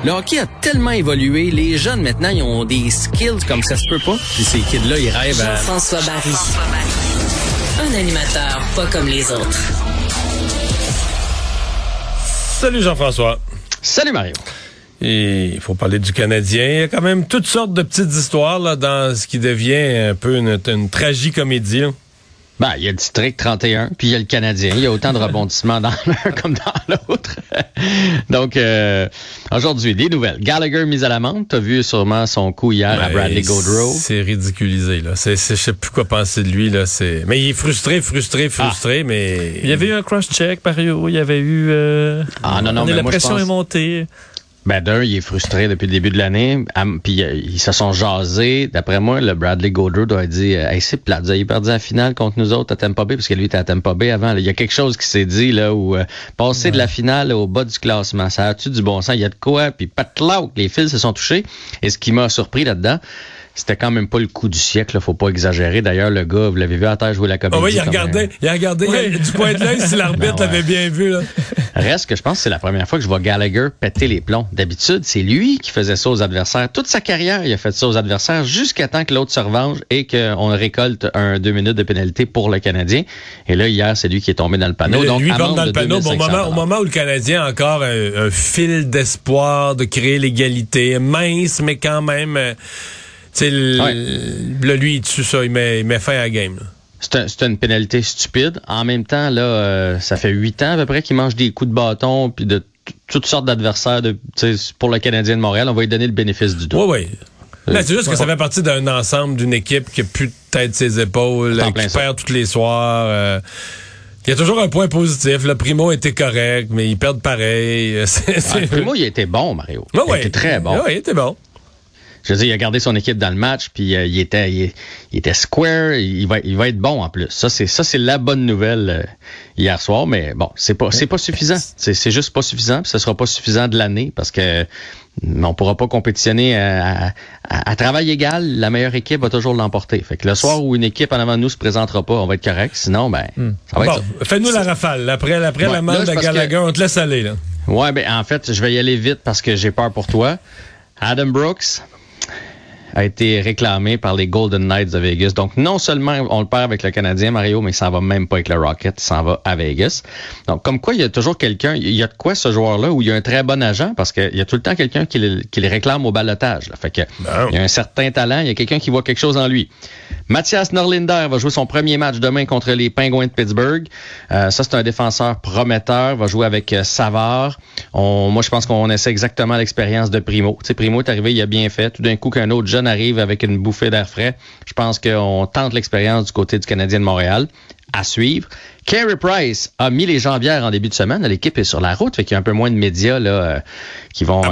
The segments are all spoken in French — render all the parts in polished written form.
Le hockey a tellement évolué, les jeunes maintenant, ils ont des skills comme ça se peut pas. Puis ces kids-là, ils rêvent à... Jean-François Barry. Un animateur pas comme les autres. Salut Jean-François. Salut Mario. Et il faut parler du Canadien. Il y a quand même toutes sortes de petites histoires là, dans ce qui devient un peu une tragicomédie. Là. Ben, il y a le District 31, puis il y a le Canadien. Il y a autant de rebondissements dans l'un comme dans l'autre. Donc, aujourd'hui, des nouvelles. Gallagher mis à l'amende. T'as vu sûrement son coup hier à Bradley Gaudreau. C'est ridiculisé, là. Je sais plus quoi penser de lui, là. Mais il est frustré, mais... Il y avait eu un cross-check, Mario. Il y avait eu... la pression est montée. Ben d'un, il est frustré depuis le début de l'année. Puis ils se sont jasés. D'après moi, le Bradley Gaudreau doit dire hey, c'est plate, vous avez perdu la finale contre nous autres à Tampa Bay, parce que lui était à Tampa Bay avant. Là. Il y a quelque chose qui s'est dit là où passer de la finale au bas du classement, ça a-tu du bon sens? Il y a de quoi? Puis pas de clout, les fils se sont touchés. Et ce qui m'a surpris là-dedans, c'était quand même pas le coup du siècle, faut pas exagérer. D'ailleurs, le gars, vous l'avez vu à terre jouer la comédie. Oh oui, il a regardé du point de l'œil si l'arbitre l'avait bien vu. Là. Reste que je pense que c'est la première fois que je vois Gallagher péter les plombs. D'habitude, c'est lui qui faisait ça aux adversaires. Toute sa carrière, il a fait ça aux adversaires jusqu'à temps que l'autre se revanche et qu'on récolte 2 minutes de pénalité pour le Canadien. Et là, hier, c'est lui qui est tombé dans le panneau. Mais donc, lui tombe dans le panneau au moment où le Canadien a encore un fil d'espoir de créer l'égalité. Mince, mais quand même... là, lui, il tue ça, il met fin à la game. Là. C'est une pénalité stupide. En même temps, là, ça fait 8 ans à peu près qu'il mange des coups de bâton puis de toutes sortes d'adversaires pour le Canadien de Montréal. On va lui donner le bénéfice du doute. Oui. C'est juste que ça fait partie d'un ensemble, d'une équipe qui a plus de tête ses épaules, qui perd tous les soirs. Il y a toujours un point positif. Le Primo était correct, mais ils perdent pareil. Primo, il a été bon, Mario. Il a été très bon. Oui, il était bon. Je veux dire, il a gardé son équipe dans le match, puis il était square, il va être bon en plus. Ça c'est la bonne nouvelle hier soir, mais bon, c'est pas suffisant. C'est juste pas suffisant, puis ce sera pas suffisant de l'année, parce que on pourra pas compétitionner à travail égal. La meilleure équipe va toujours l'emporter. Fait que le soir où une équipe en avant de nous se présentera pas, on va être correct. Sinon, ça va être ça. Fais-nous la rafale. Après la mort de Gallagher, on te laisse aller, là. Ouais, en fait, je vais y aller vite parce que j'ai peur pour toi. Adam Brooks a été réclamé par les Golden Knights de Vegas. Donc, non seulement on le perd avec le Canadien, Mario, mais il s'en va même pas avec le Rocket, il s'en va à Vegas. Donc, comme quoi, il y a toujours quelqu'un, il y a de quoi ce joueur-là où il y a un très bon agent, parce qu'il y a tout le temps quelqu'un qui le réclame au balotage. Là. Fait que, il y a un certain talent, il y a quelqu'un qui voit quelque chose en lui. Mathias Norlinder va jouer son premier match demain contre les Penguins de Pittsburgh. Ça, c'est un défenseur prometteur, va jouer avec Savard. Moi, je pense qu'on essaie exactement l'expérience de Primo. Tu sais, Primo est arrivé, il a bien fait. Tout d'un coup, qu'un autre jeune arrive avec une bouffée d'air frais. Je pense qu'on tente l'expérience du côté du Canadien de Montréal. À suivre. Carey Price a mis les jambières en début de semaine. L'équipe est sur la route, fait qu'il y a un peu moins de médias là qui vont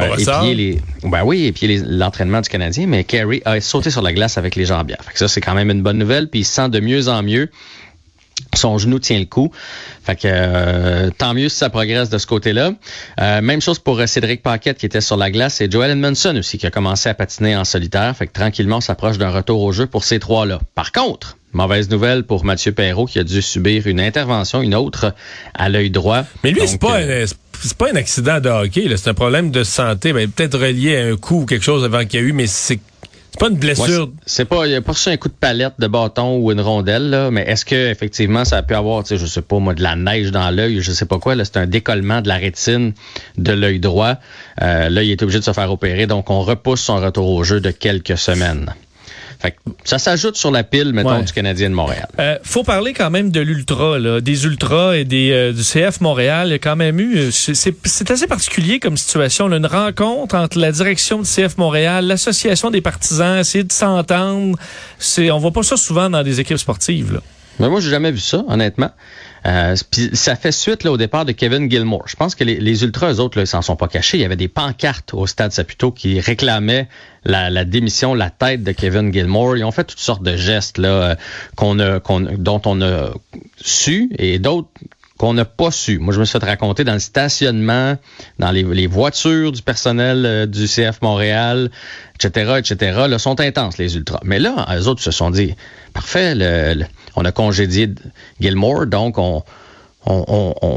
épier l'entraînement du Canadien, mais Carey a sauté sur la glace avec les jambières. Fait que ça, c'est quand même une bonne nouvelle, puis il se sent de mieux en mieux. Son genou tient le coup. Fait que tant mieux si ça progresse de ce côté-là. Même chose pour Cédric Paquette qui était sur la glace, et Joel Edmondson aussi qui a commencé à patiner en solitaire. Fait que tranquillement, on s'approche d'un retour au jeu pour ces trois-là. Par contre, mauvaise nouvelle pour Mathieu Perreault qui a dû subir une intervention, une autre à l'œil droit. Mais lui, c'est pas un accident de hockey, là. C'est un problème de santé. Peut-être relié à un coup ou quelque chose avant qu'il y ait eu, mais c'est pas une blessure. Ouais, il n'y a pas reçu un coup de palette, de bâton ou une rondelle, là, mais est-ce que effectivement ça a pu avoir, je sais pas moi, de la neige dans l'œil, je sais pas quoi, là, c'est un décollement de la rétine de l'œil droit. Là, il est obligé de se faire opérer, donc on repousse son retour au jeu de quelques semaines. Fait que ça s'ajoute sur la pile, mettons, du Canadien de Montréal. Faut parler quand même de l'Ultra, là, des Ultras et du CF Montréal. Il y a quand même eu... C'est assez particulier comme situation. Là, une rencontre entre la direction du CF Montréal, l'association des partisans, essayer de s'entendre. On voit pas ça souvent dans des équipes sportives, là. Mais moi, j'ai jamais vu ça, honnêtement. Puis ça fait suite là, au départ de Kevin Gilmour. Je pense que les Ultras, eux autres, là, ils s'en sont pas cachés. Il y avait des pancartes au Stade Saputo qui réclamaient la démission, la tête de Kevin Gilmour. Ils ont fait toutes sortes de gestes là dont on a su et d'autres qu'on n'a pas su. Moi, je me suis fait raconter dans le stationnement, dans les voitures du personnel du CF Montréal, etc., là, sont intenses, les Ultras. Mais là, eux autres se sont dit, parfait, on a congédié Gilmour, donc on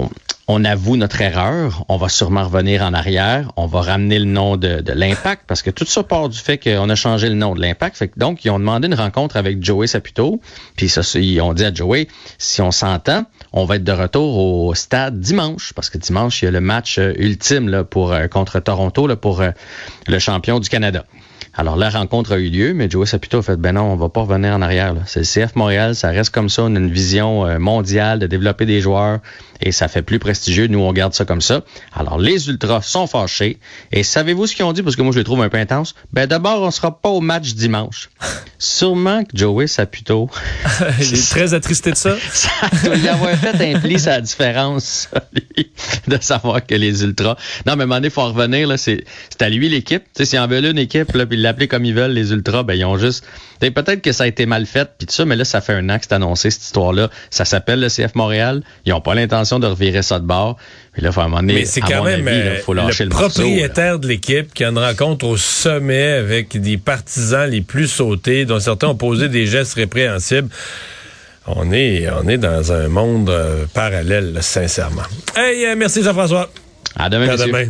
on avoue notre erreur, on va sûrement revenir en arrière, on va ramener le nom de l'Impact, parce que tout ça part du fait qu'on a changé le nom de l'Impact. Fait que donc, ils ont demandé une rencontre avec Joey Saputo, puis ça, ils ont dit à Joey, si on s'entend, on va être de retour au stade dimanche, parce que dimanche, il y a le match ultime là, contre Toronto là, pour le champion du Canada. Alors, la rencontre a eu lieu, mais Joey Saputo a fait, ben non, on va pas revenir en arrière. Là. C'est le CF Montréal, ça reste comme ça. On a une vision mondiale de développer des joueurs et ça fait plus prestigieux. Nous, on garde ça comme ça. Alors, les Ultras sont fâchés. Et savez-vous ce qu'ils ont dit? Parce que moi, je les trouve un peu intenses. Ben, d'abord, on sera pas au match dimanche. Sûrement que Joey Saputo... Il est très attristé de ça. Ça doit y avoir fait un pli sa différence, lui, de savoir que les Ultras... Non, mais à un moment donné, il faut en revenir. Là, c'est à lui l'équipe. Tu sais, s'ils en veulent une équipe, là, puis l'appeler comme ils veulent, les Ultras, ben ils ont juste... Peut-être que ça a été mal fait, puis tout ça, mais là, ça fait un an que c'est annoncé, cette histoire-là. Ça s'appelle le CF Montréal. Ils n'ont pas l'intention de revirer ça de bord. Puis là, il faut à un moment donné, mais c'est quand même faut lâcher le morceau, propriétaire de l'équipe qui a une rencontre au sommet avec des partisans les plus sautés, dont certains ont posé des gestes répréhensibles. On est dans un monde parallèle, là, sincèrement. Hey, merci Jean-François. À demain, messieurs.